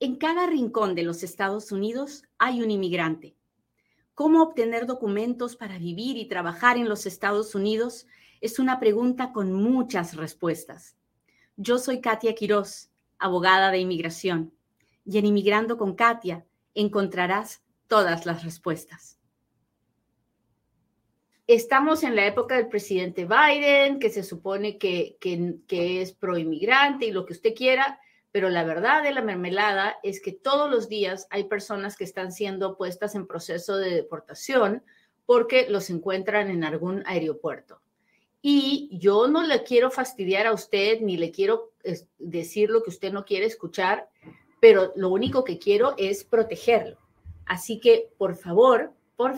En cada rincón de los Estados Unidos hay un inmigrante. ¿Cómo obtener documentos para vivir y trabajar en los Estados Unidos? Es una pregunta con muchas respuestas. Yo soy Katia Quiroz, abogada de inmigración, y en Inmigrando con Katia encontrarás todas las respuestas. Estamos en la época del presidente Biden, que se supone que es pro-inmigrante y lo que usted quiera, pero la verdad de la mermelada es que todos los días hay personas que están siendo puestas en proceso de deportación porque los encuentran en algún aeropuerto. Y yo no le quiero fastidiar a usted ni le quiero decir lo que usted no quiere escuchar, pero lo único que quiero es protegerlo. Así que, por favor,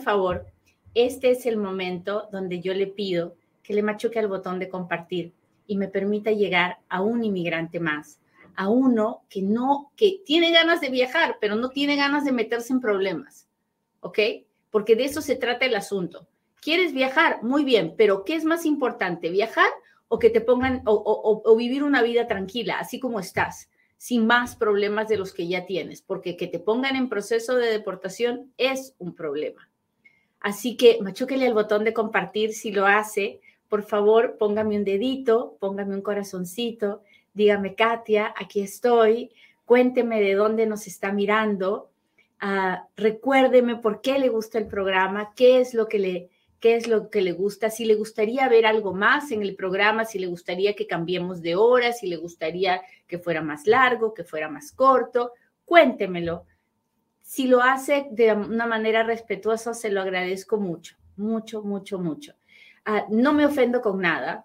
este es el momento donde yo le pido que le machuque al botón de compartir y me permita llegar a un inmigrante más, a uno que tiene ganas de viajar, pero no tiene ganas de meterse en problemas, ¿ok? Porque de eso se trata el asunto. ¿Quieres viajar? Muy bien, pero ¿qué es más importante, viajar o que te pongan o vivir una vida tranquila, así como estás, sin más problemas de los que ya tienes? Porque que te pongan en proceso de deportación es un problema. Así que machúquele al botón de compartir si lo hace. Por favor, póngame un dedito, póngame un corazoncito, dígame, Katia, aquí estoy, cuénteme de dónde nos está mirando, recuérdeme por qué le gusta el programa, qué es lo que le gusta, si le gustaría ver algo más en el programa, si le gustaría que cambiemos de hora, si le gustaría que fuera más largo, que fuera más corto, cuéntemelo. Si lo hace de una manera respetuosa, se lo agradezco mucho, mucho, mucho, mucho. No me ofendo con nada,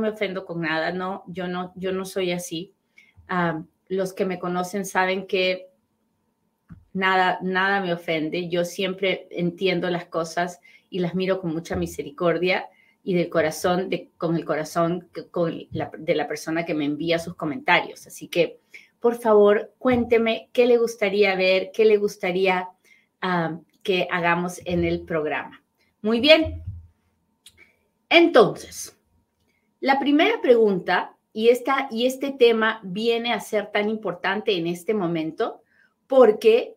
no, yo no soy así. Los que me conocen saben que nada me ofende. Yo siempre entiendo las cosas y las miro con mucha misericordia y del corazón, con el corazón de la persona que me envía sus comentarios. Así que, por favor, cuénteme qué le gustaría ver, qué le gustaría que hagamos en el programa. Muy bien. Entonces, la primera pregunta, y este tema viene a ser tan importante en este momento, porque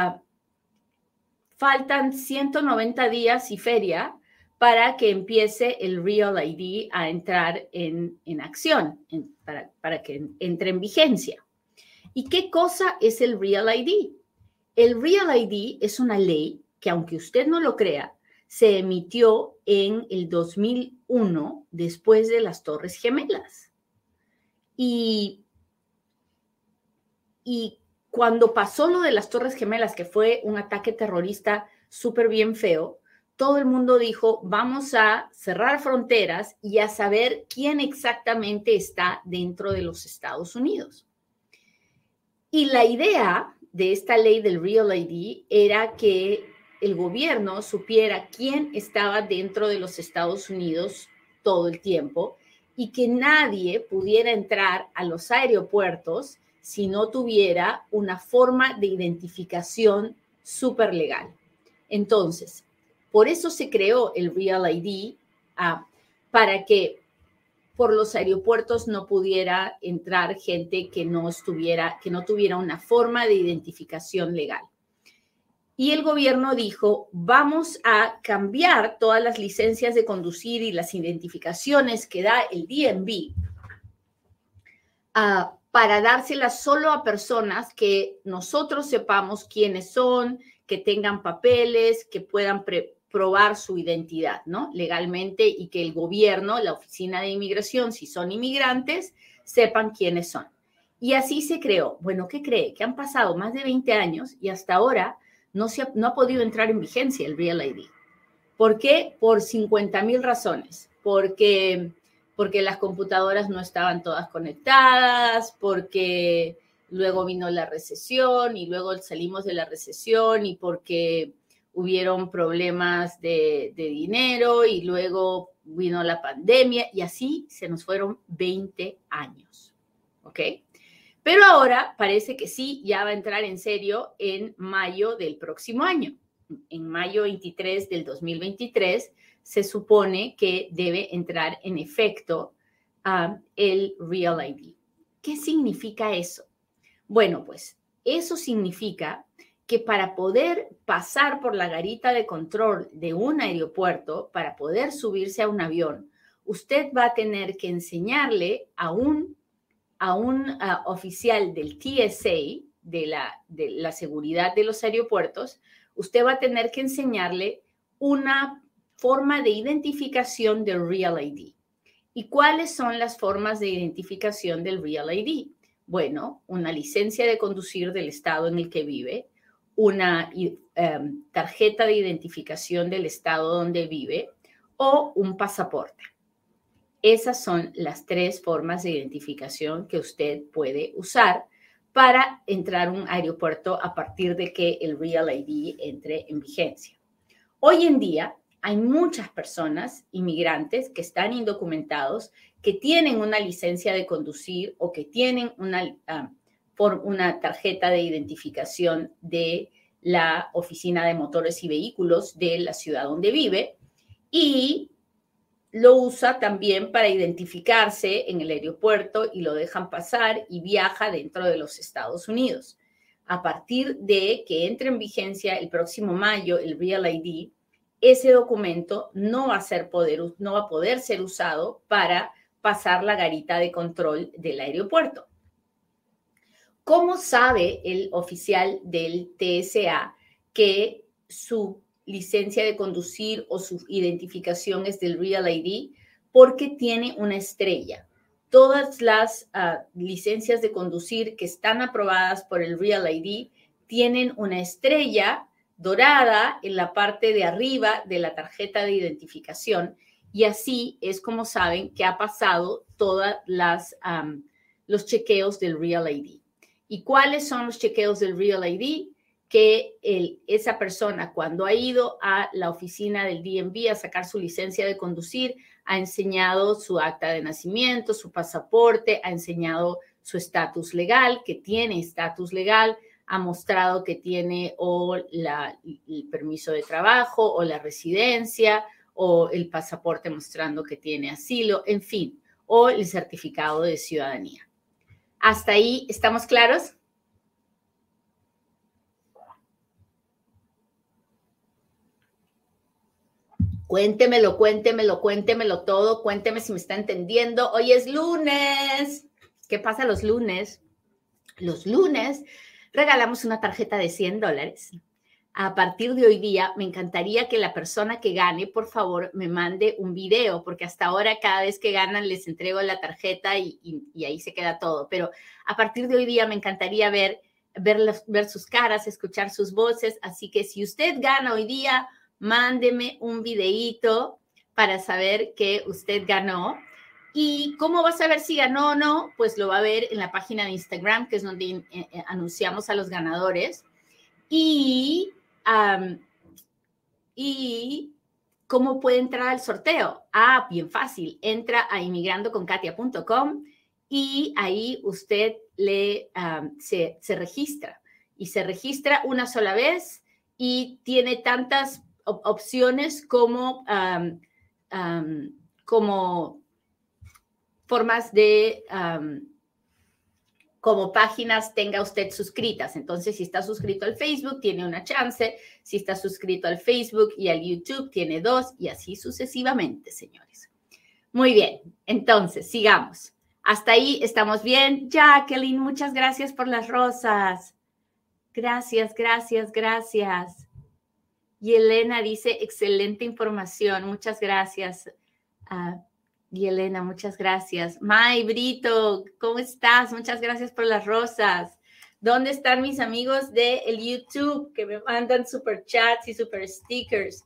faltan 190 días y feria para que empiece el Real ID a entrar en acción, para que entre en vigencia. ¿Y qué cosa es el Real ID? El Real ID es una ley que, aunque usted no lo crea, se emitió en el 2001 después de las Torres Gemelas. Y cuando pasó lo de las Torres Gemelas, que fue un ataque terrorista súper bien feo, todo el mundo dijo, vamos a cerrar fronteras y a saber quién exactamente está dentro de los Estados Unidos. Y la idea de esta ley del Real ID era que el gobierno supiera quién estaba dentro de los Estados Unidos todo el tiempo y que nadie pudiera entrar a los aeropuertos si no tuviera una forma de identificación súper legal. Entonces, por eso se creó el Real ID, para que por los aeropuertos no pudiera entrar gente que no tuviera una forma de identificación legal. Y el gobierno dijo, vamos a cambiar todas las licencias de conducir y las identificaciones que da el DMV para dárselas solo a personas que nosotros sepamos quiénes son, que tengan papeles, que puedan probar su identidad, ¿no? Legalmente, y que el gobierno, la oficina de inmigración, si son inmigrantes, sepan quiénes son. Y así se creó. Bueno, ¿qué cree? Que han pasado más de 20 años y hasta ahora no ha podido entrar en vigencia el Real ID. ¿Por qué? Por 50,000 razones. Porque las computadoras no estaban todas conectadas, porque luego vino la recesión y luego salimos de la recesión y porque hubieron problemas de dinero y luego vino la pandemia y así se nos fueron 20 años, ¿ok? Pero ahora parece que sí, ya va a entrar en serio en mayo del próximo año. En mayo 23 del 2023 se supone que debe entrar en efecto el Real ID. ¿Qué significa eso? Bueno, pues Eso significa que para poder pasar por la garita de control de un aeropuerto, para poder subirse a un avión, usted va a tener que enseñarle a un oficial del TSA, de la seguridad de los aeropuertos, usted va a tener que enseñarle una forma de identificación del Real ID. ¿Y cuáles son las formas de identificación del Real ID? Bueno, una licencia de conducir del estado en el que vive, una tarjeta de identificación del estado donde vive o un pasaporte. Esas son las 3 formas de identificación que usted puede usar para entrar a un aeropuerto a partir de que el Real ID entre en vigencia. Hoy en día hay muchas personas, inmigrantes, que están indocumentados, que tienen una licencia de conducir o que tienen una tarjeta de identificación de la Oficina de Motores y Vehículos de la ciudad donde vive y lo usa también para identificarse en el aeropuerto y lo dejan pasar y viaja dentro de los Estados Unidos. A partir de que entre en vigencia el próximo mayo el Real ID, ese documento no va a poder ser usado para pasar la garita de control del aeropuerto. ¿Cómo sabe el oficial del TSA que su licencia de conducir o su identificación es del Real ID? Porque tiene una estrella. Todas las licencias de conducir que están aprobadas por el Real ID tienen una estrella dorada en la parte de arriba de la tarjeta de identificación y así es como saben que ha pasado todos los chequeos del Real ID. ¿Y cuáles son los chequeos del Real ID? Que esa persona cuando ha ido a la oficina del DMV a sacar su licencia de conducir, ha enseñado su acta de nacimiento, su pasaporte, ha enseñado su estatus legal, que tiene estatus legal, ha mostrado que tiene o el permiso de trabajo o la residencia o el pasaporte mostrando que tiene asilo, en fin, o el certificado de ciudadanía. ¿Hasta ahí estamos claros? Cuéntemelo todo, cuénteme si me está entendiendo. Hoy es lunes. ¿Qué pasa los lunes? Los lunes regalamos una tarjeta de $100. A partir de hoy día, me encantaría que la persona que gane, por favor, me mande un video, porque hasta ahora cada vez que ganan les entrego la tarjeta y ahí se queda todo. Pero a partir de hoy día me encantaría ver sus caras, escuchar sus voces. Así que si usted gana hoy día, mándeme un videíto para saber que usted ganó. ¿Y cómo va a saber si ganó o no? Pues lo va a ver en la página de Instagram, que es donde anunciamos a los ganadores. Y cómo puede entrar al sorteo. Bien fácil. Entra a inmigrandoconkatia.com y ahí usted se registra. Y se registra una sola vez y tiene tantas opciones como formas de, como páginas tenga usted suscritas. Entonces, si está suscrito al Facebook, tiene una chance. Si está suscrito al Facebook y al YouTube, tiene 2 y así sucesivamente, señores. Muy bien, entonces, sigamos. Hasta ahí estamos bien. Jacqueline, muchas gracias por las rosas. Gracias. Y Elena dice, excelente información. Muchas gracias. Y Elena, muchas gracias. May, Brito, ¿cómo estás? Muchas gracias por las rosas. ¿Dónde están mis amigos del YouTube que me mandan super chats y super stickers?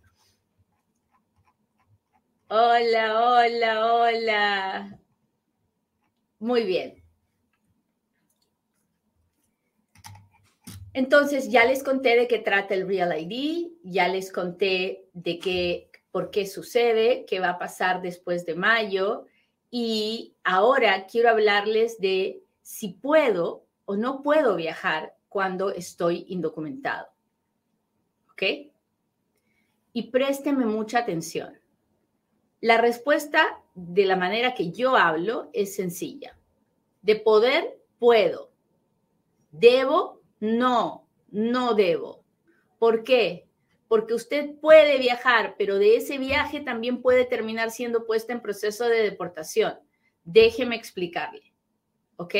Hola. Muy bien. Entonces, ya les conté de qué trata el Real ID, ya les conté por qué sucede, qué va a pasar después de mayo, y ahora quiero hablarles de si puedo o no puedo viajar cuando estoy indocumentado. ¿Ok? Y présteme mucha atención. La respuesta de la manera que yo hablo es sencilla. De poder, puedo. Debo, No, no debo. ¿Por qué? Porque usted puede viajar, pero de ese viaje también puede terminar siendo puesta en proceso de deportación. Déjeme explicarle, ¿ok?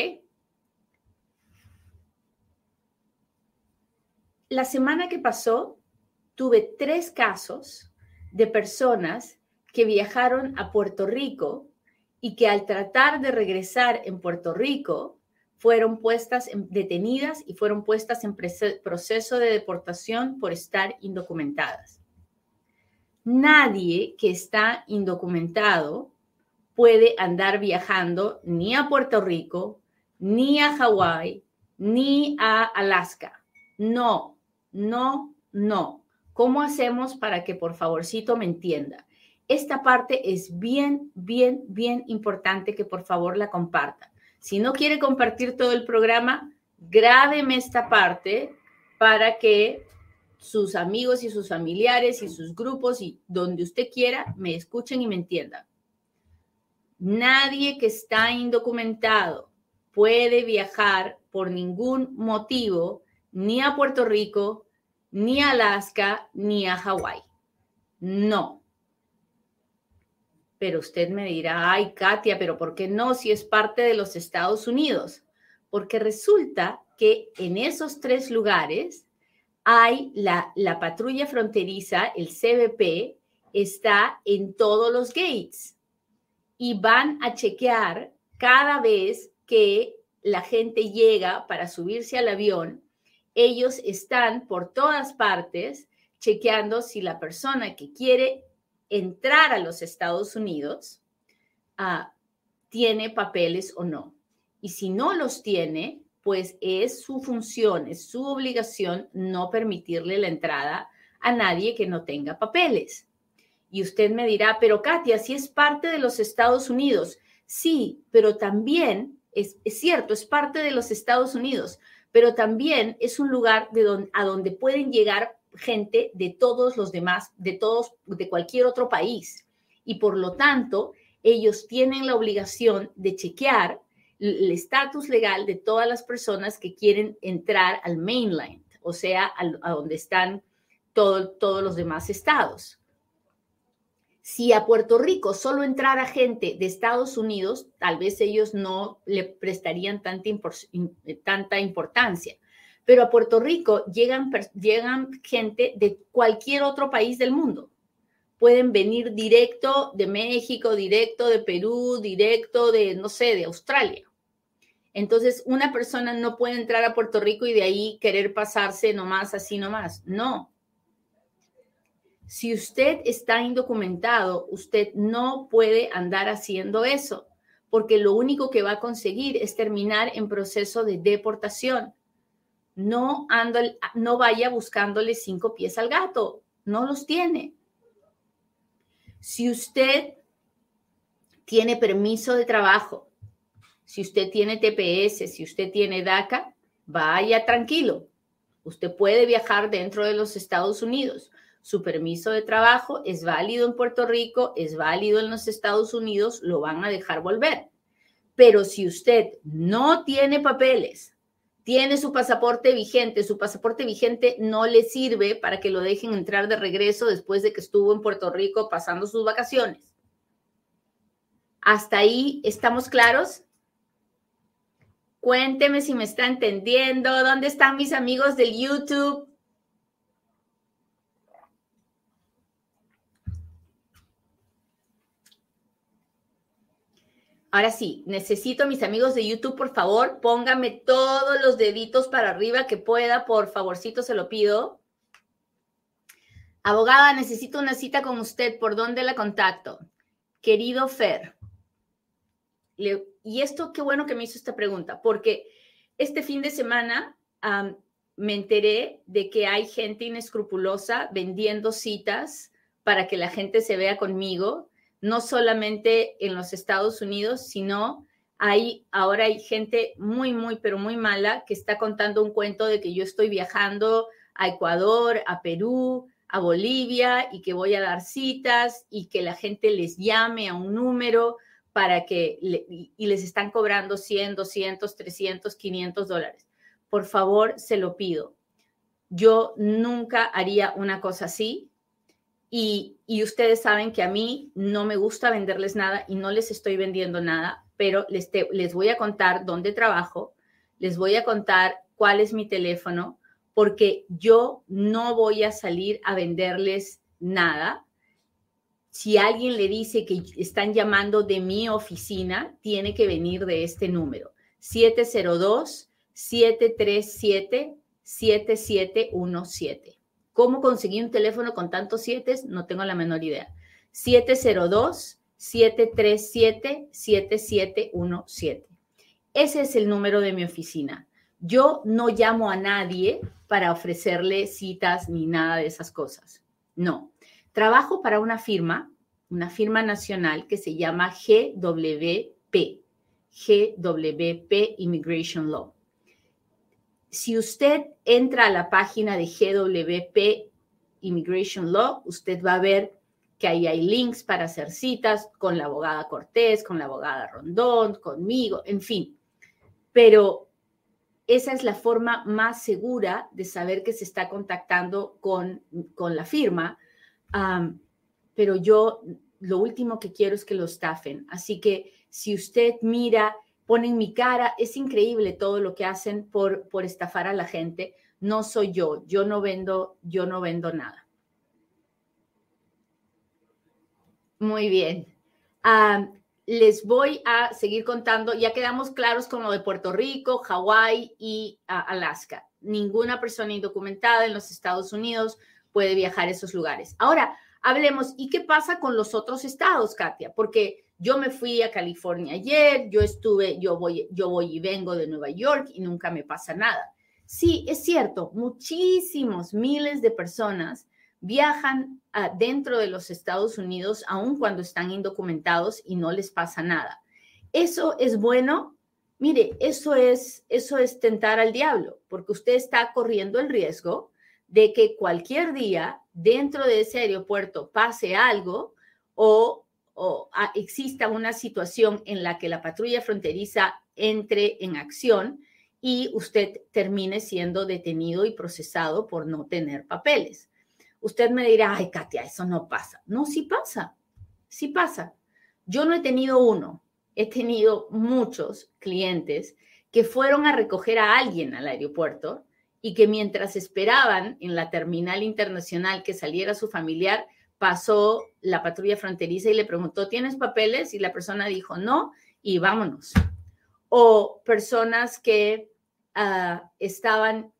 La semana que pasó, tuve 3 casos de personas que viajaron a Puerto Rico y que al tratar de regresar en Puerto Rico fueron detenidas y fueron puestas en proceso de deportación por estar indocumentadas. Nadie que está indocumentado puede andar viajando ni a Puerto Rico, ni a Hawái, ni a Alaska. No, no, no. ¿Cómo hacemos para que por favorcito me entienda? Esta parte es bien, bien, bien importante que por favor la comparta. Si no quiere compartir todo el programa, grábeme esta parte para que sus amigos y sus familiares y sus grupos y donde usted quiera me escuchen y me entiendan. Nadie que está indocumentado puede viajar por ningún motivo ni a Puerto Rico, ni a Alaska, ni a Hawái. No. Pero usted me dirá, ay, Katia, pero ¿por qué no si es parte de los Estados Unidos? Porque resulta que en esos 3 lugares hay la patrulla fronteriza, el CBP, está en todos los gates y van a chequear cada vez que la gente llega para subirse al avión. Ellos están por todas partes chequeando si la persona que quiere entrar a los Estados Unidos tiene papeles o no. Y si no los tiene, pues es su función, es su obligación no permitirle la entrada a nadie que no tenga papeles. Y usted me dirá, pero Katia, si es parte de los Estados Unidos. Sí, pero también es cierto, es parte de los Estados Unidos, pero también es un lugar a donde pueden llegar gente de todos los demás, de cualquier otro país. Y por lo tanto, ellos tienen la obligación de chequear el estatus legal de todas las personas que quieren entrar al mainland, o sea, a donde están todos los demás estados. Si a Puerto Rico solo entrara gente de Estados Unidos, tal vez ellos no le prestarían tanta importancia. Pero a Puerto Rico llegan gente de cualquier otro país del mundo. Pueden venir directo de México, directo de Perú, directo de, no sé, de Australia. Entonces, una persona no puede entrar a Puerto Rico y de ahí querer pasarse nomás, así nomás. No. Si usted está indocumentado, usted no puede andar haciendo eso, porque lo único que va a conseguir es terminar en proceso de deportación. No vaya buscándole 5 pies al gato, no los tiene. Si usted tiene permiso de trabajo, si usted tiene TPS, si usted tiene DACA, vaya tranquilo. Usted puede viajar dentro de los Estados Unidos. Su permiso de trabajo es válido en Puerto Rico, es válido en los Estados Unidos, lo van a dejar volver. Pero si usted no tiene papeles, tiene su pasaporte vigente no le sirve para que lo dejen entrar de regreso después de que estuvo en Puerto Rico pasando sus vacaciones. ¿Hasta ahí estamos claros? Cuénteme si me está entendiendo. ¿Dónde están mis amigos del YouTube? Ahora sí, necesito a mis amigos de YouTube, por favor, pónganme todos los deditos para arriba que pueda, por favorcito, se lo pido. Abogada, necesito una cita con usted. ¿Por dónde la contacto? Querido Fer. Y esto, qué bueno que me hizo esta pregunta, porque este fin de semana me enteré de que hay gente inescrupulosa vendiendo citas para que la gente se vea conmigo, no solamente en los Estados Unidos, sino ahora hay gente muy, muy, pero muy mala que está contando un cuento de que yo estoy viajando a Ecuador, a Perú, a Bolivia y que voy a dar citas y que la gente les llame a un número y les están cobrando 100, 200, 300, $500. por favor, se lo pido. Yo nunca haría una cosa así y ustedes saben que a mí no me gusta venderles nada y no les estoy vendiendo nada, pero les voy a contar dónde trabajo, les voy a contar cuál es mi teléfono, porque yo no voy a salir a venderles nada. Si alguien le dice que están llamando de mi oficina, tiene que venir de este número, 702-737-7717. ¿Cómo conseguí un teléfono con tantos siete? No tengo la menor idea. 702-737-7717. Ese es el número de mi oficina. Yo no llamo a nadie para ofrecerle citas ni nada de esas cosas. No. Trabajo para una firma nacional que se llama GWP Immigration Law. Si usted entra a la página de GWP Immigration Law, usted va a ver que ahí hay links para hacer citas con la abogada Cortés, con la abogada Rondón, conmigo, en fin. Pero esa es la forma más segura de saber que se está contactando con la firma. Pero yo lo último que quiero es que lo estafen. Así que si usted mira, ponen mi cara, es increíble todo lo que hacen por estafar a la gente. No soy yo no vendo nada. Muy bien. Les voy a seguir contando. Ya quedamos claros con lo de Puerto Rico, Hawái y Alaska. Ninguna persona indocumentada en los Estados Unidos puede viajar a esos lugares. Ahora, hablemos, ¿y qué pasa con los otros estados, Katia? Porque yo me fui a California ayer, yo voy y vengo de Nueva York y nunca me pasa nada. Sí, es cierto, muchísimos, miles de personas viajan dentro de los Estados Unidos aun cuando están indocumentados y no les pasa nada. ¿Eso es bueno? Mire, eso es tentar al diablo, porque usted está corriendo el riesgo de que cualquier día dentro de ese aeropuerto pase algo o exista una situación en la que la patrulla fronteriza entre en acción y usted termine siendo detenido y procesado por no tener papeles. Usted me dirá, ay, Katia, eso no pasa. No, sí pasa, sí pasa. Yo no he tenido uno, he tenido muchos clientes que fueron a recoger a alguien al aeropuerto y que mientras esperaban en la terminal internacional que saliera su familiar, pasó la patrulla fronteriza y le preguntó, ¿tienes papeles? Y la persona dijo, no, y vámonos. O personas que estaban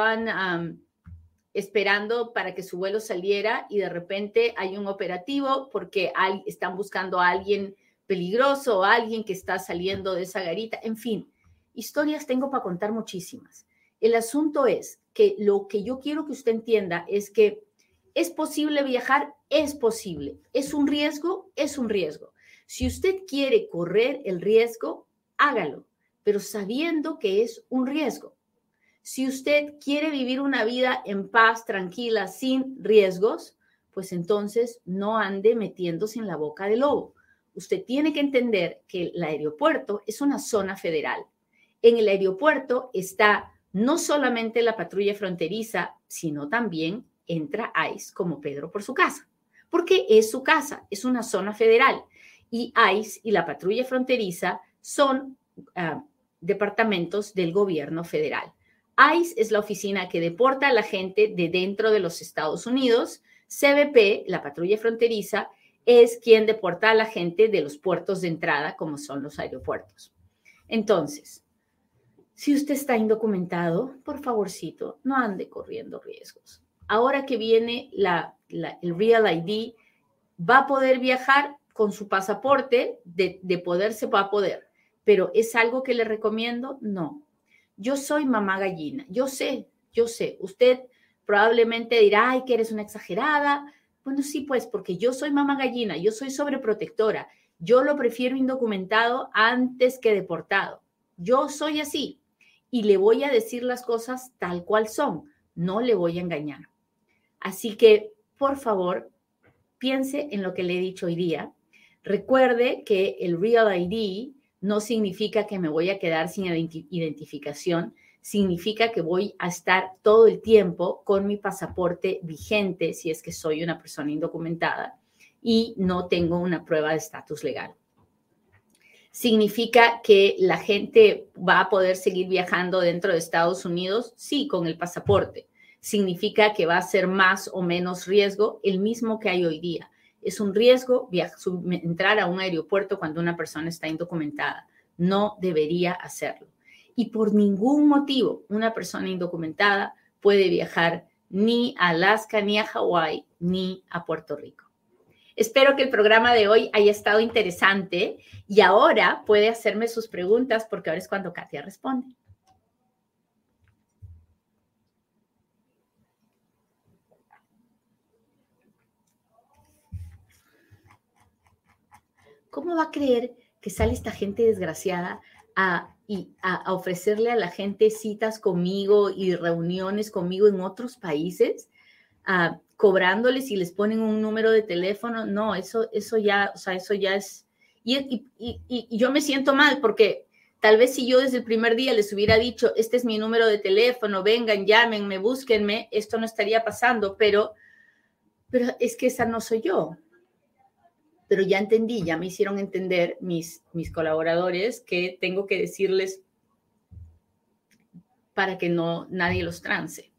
esperando para que su vuelo saliera y de repente hay un operativo porque están buscando a alguien peligroso o a alguien que está saliendo de esa garita. En fin, historias tengo para contar muchísimas. El asunto es que lo que yo quiero que usted entienda es que ¿es posible viajar? Es posible. ¿Es un riesgo? Es un riesgo. Si usted quiere correr el riesgo, hágalo, pero sabiendo que es un riesgo. Si usted quiere vivir una vida en paz, tranquila, sin riesgos, pues entonces no ande metiéndose en la boca del lobo. Usted tiene que entender que el aeropuerto es una zona federal. En el aeropuerto está no solamente la patrulla fronteriza, sino también entra ICE como Pedro por su casa, porque es su casa, es una zona federal. Y ICE y la patrulla fronteriza son departamentos del gobierno federal. ICE es la oficina que deporta a la gente de dentro de los Estados Unidos. CBP, la patrulla fronteriza, es quien deporta a la gente de los puertos de entrada, como son los aeropuertos. Entonces, si usted está indocumentado, por favorcito, no ande corriendo riesgos. Ahora que viene el Real ID, va a poder viajar con su pasaporte, de poderse va a poder. Pero ¿es algo que le recomiendo? No. Yo soy mamá gallina, yo sé. Usted probablemente dirá, ay, que eres una exagerada. Bueno, sí, pues, porque yo soy mamá gallina, yo soy sobreprotectora. Yo lo prefiero indocumentado antes que deportado. Yo soy así y le voy a decir las cosas tal cual son. No le voy a engañar. Así que, por favor, piense en lo que le he dicho hoy día. Recuerde que el Real ID no significa que me voy a quedar sin identificación, significa que voy a estar todo el tiempo con mi pasaporte vigente si es que soy una persona indocumentada y no tengo una prueba de estatus legal. ¿Significa que la gente va a poder seguir viajando dentro de Estados Unidos? Sí, con el pasaporte. ¿Significa que va a ser más o menos riesgo? El mismo que hay hoy día. Es un riesgo entrar a un aeropuerto cuando una persona está indocumentada. No debería hacerlo. Y por ningún motivo una persona indocumentada puede viajar ni a Alaska, ni a Hawái, ni a Puerto Rico. Espero que el programa de hoy haya estado interesante y ahora puede hacerme sus preguntas porque ahora es cuando Katia responde. ¿Cómo va a creer que sale esta gente desgraciada a ofrecerle a la gente citas conmigo y reuniones conmigo en otros países, cobrándoles y les ponen un número de teléfono? No, eso ya, o sea, eso ya es... Y yo me siento mal porque tal vez si yo desde el primer día les hubiera dicho, este es mi número de teléfono, vengan, llámenme, búsquenme, esto no estaría pasando, pero es que esa no soy yo. Pero ya entendí, ya me hicieron entender mis colaboradores que tengo que decirles para que nadie los trance.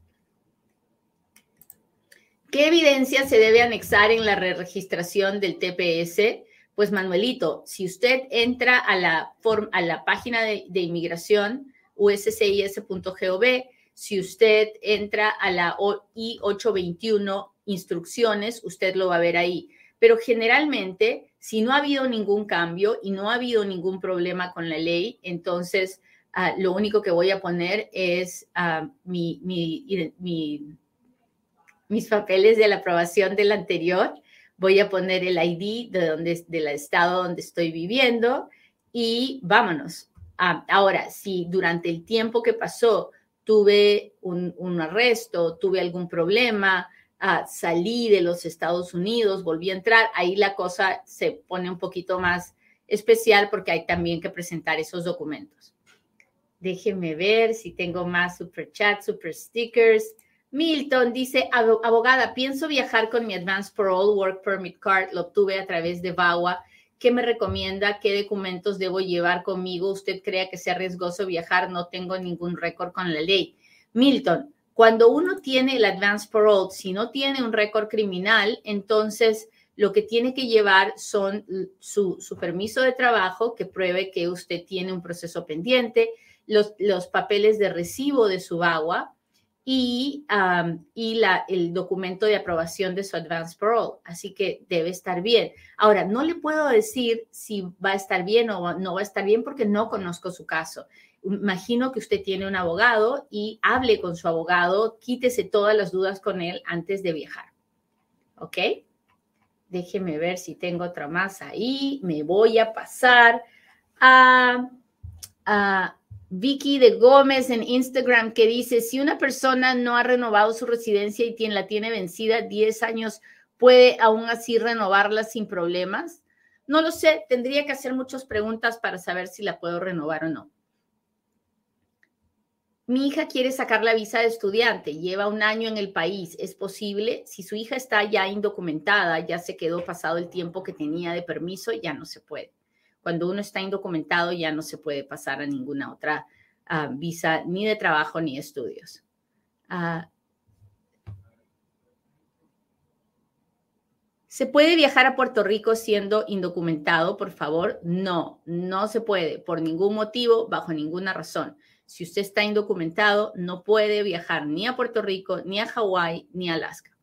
¿Qué evidencia se debe anexar en la registración del TPS? Pues Manuelito, si usted entra a la página de inmigración uscis.gov, si usted entra a la I-821 instrucciones, usted lo va a ver ahí. Pero generalmente, si no ha habido ningún cambio y no ha habido ningún problema con la ley, entonces lo único que voy a poner es mis papeles de la aprobación del anterior. Voy a poner el ID del estado donde estoy viviendo y vámonos. Ahora, si durante el tiempo que pasó tuve un arresto, tuve algún problema, salí de los Estados Unidos, volví a entrar, ahí la cosa se pone un poquito más especial porque hay también que presentar esos documentos. Déjenme ver si tengo más super chat, super stickers. Milton dice, abogada, pienso viajar con mi Advance Parole Work Permit Card, lo obtuve a través de VAWA. ¿Qué me recomienda? ¿Qué documentos debo llevar conmigo? ¿Usted cree que sea riesgoso viajar? No tengo ningún récord con la ley. Milton, cuando uno tiene el Advance Parole, si no tiene un récord criminal, entonces lo que tiene que llevar son su permiso de trabajo que pruebe que usted tiene un proceso pendiente, los papeles de recibo de su VAWA y el documento de aprobación de su Advance Parole. Así que debe estar bien. Ahora, no le puedo decir si va a estar bien o no va a estar bien porque no conozco su caso. Imagino que usted tiene un abogado y hable con su abogado, quítese todas las dudas con él antes de viajar. ¿Ok? Déjeme ver si tengo otra más ahí. Me voy a pasar a Vicky de Gómez en Instagram que dice, si una persona no ha renovado su residencia y la tiene vencida 10 años, ¿puede aún así renovarla sin problemas? No lo sé, tendría que hacer muchas preguntas para saber si la puedo renovar o no. Mi hija quiere sacar la visa de estudiante, lleva 1 año en el país. ¿Es posible? Si su hija está ya indocumentada, ya se quedó pasado el tiempo que tenía de permiso, ya no se puede. Cuando uno está indocumentado, ya no se puede pasar a ninguna otra visa, ni de trabajo ni de estudios. ¿Se puede viajar a Puerto Rico siendo indocumentado, por favor? No, no se puede, por ningún motivo, bajo ninguna razón. Si usted está indocumentado, no puede viajar ni a Puerto Rico, ni a Hawái, ni a Alaska.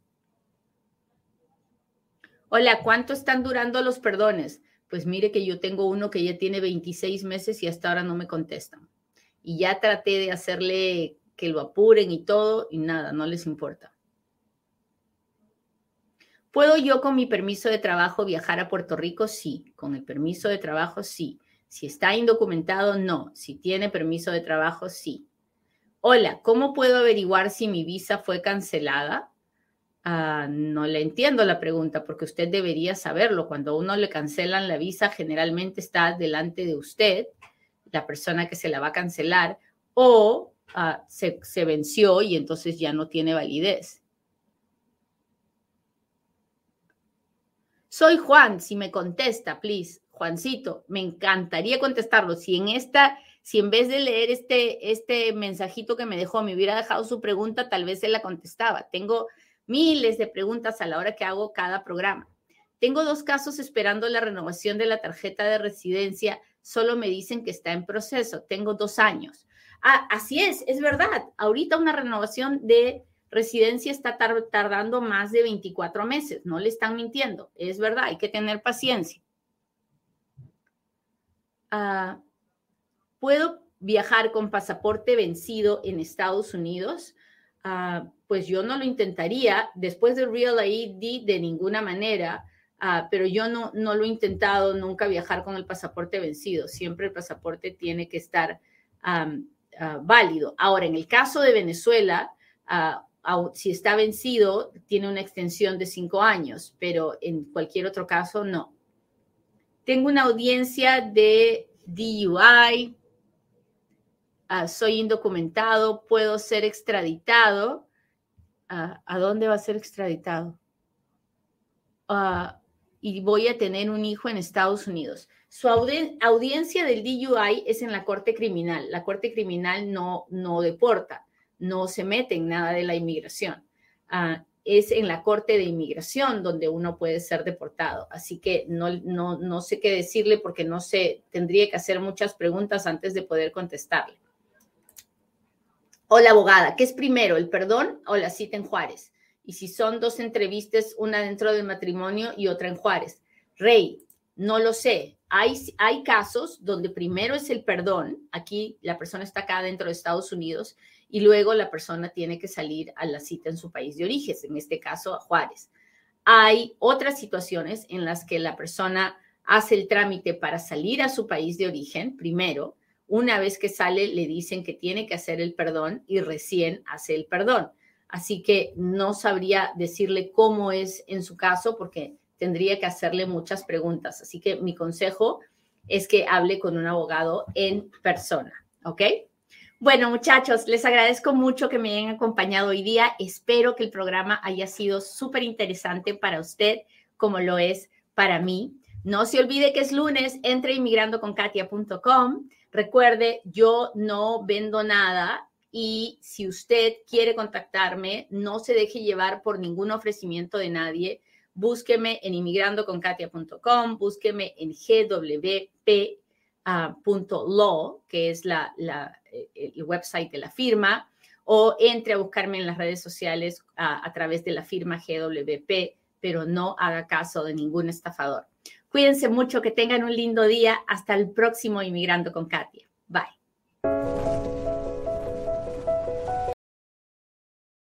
Hola, ¿cuánto están durando los perdones? Pues mire que yo tengo uno que ya tiene 26 meses y hasta ahora no me contestan. Y ya traté de hacerle que lo apuren y todo, y nada, no les importa. ¿Puedo yo con mi permiso de trabajo viajar a Puerto Rico? Sí, con el permiso de trabajo, sí. Si está indocumentado, no. Si tiene permiso de trabajo, sí. Hola, ¿cómo puedo averiguar si mi visa fue cancelada? No le entiendo la pregunta porque usted debería saberlo. Cuando a uno le cancelan la visa, generalmente está delante de usted, la persona que se la va a cancelar, o se venció y entonces ya no tiene validez. Soy Juan, si me contesta, please. Juancito, me encantaría contestarlo. Si en vez de leer este mensajito que me dejó, me hubiera dejado su pregunta, tal vez se la contestaba. Tengo miles de preguntas a la hora que hago cada programa. Tengo 2 casos esperando la renovación de la tarjeta de residencia. Solo me dicen que está en proceso. Tengo 2 años. Así es verdad. Ahorita una renovación de residencia está tardando más de 24 meses. No le están mintiendo. Es verdad, hay que tener paciencia. ¿Puedo viajar con pasaporte vencido en Estados Unidos? Pues yo no lo intentaría. Después del Real ID, de ninguna manera. Pero yo no lo he intentado nunca viajar con el pasaporte vencido. Siempre el pasaporte tiene que estar válido. Ahora, en el caso de Venezuela, si está vencido, tiene una extensión de 5 años, pero en cualquier otro caso, no. Tengo una audiencia de DUI, soy indocumentado, puedo ser extraditado. ¿A dónde va a ser extraditado? Y voy a tener un hijo en Estados Unidos. Su audiencia del DUI es en la Corte Criminal. La Corte Criminal no deporta, no se mete en nada de la inmigración. Es en la Corte de Inmigración donde uno puede ser deportado. Así que no sé qué decirle porque no sé, tendría que hacer muchas preguntas antes de poder contestarle. Hola, abogada, ¿qué es primero, el perdón o la cita en Juárez? Y si son 2 entrevistas, una dentro del matrimonio y otra en Juárez. Rey, no lo sé. Hay casos donde primero es el perdón. Aquí la persona está acá dentro de Estados Unidos y luego la persona tiene que salir a la cita en su país de origen, en este caso a Juárez. Hay otras situaciones en las que la persona hace el trámite para salir a su país de origen primero. Una vez que sale, le dicen que tiene que hacer el perdón y recién hace el perdón. Así que no sabría decirle cómo es en su caso porque tendría que hacerle muchas preguntas. Así que mi consejo es que hable con un abogado en persona, ¿ok? Bueno, muchachos, les agradezco mucho que me hayan acompañado hoy día. Espero que el programa haya sido súper interesante para usted, como lo es para mí. No se olvide que es lunes, entre inmigrandoconkatia.com. Recuerde, yo no vendo nada. Y si usted quiere contactarme, no se deje llevar por ningún ofrecimiento de nadie. Búsqueme en inmigrandoconkatia.com, búsqueme en gwp.law, que es el website de la firma, o entre a buscarme en las redes sociales a través de la firma GWP, pero no haga caso de ningún estafador. Cuídense mucho, que tengan un lindo día. Hasta el próximo Inmigrando con Katia. Bye.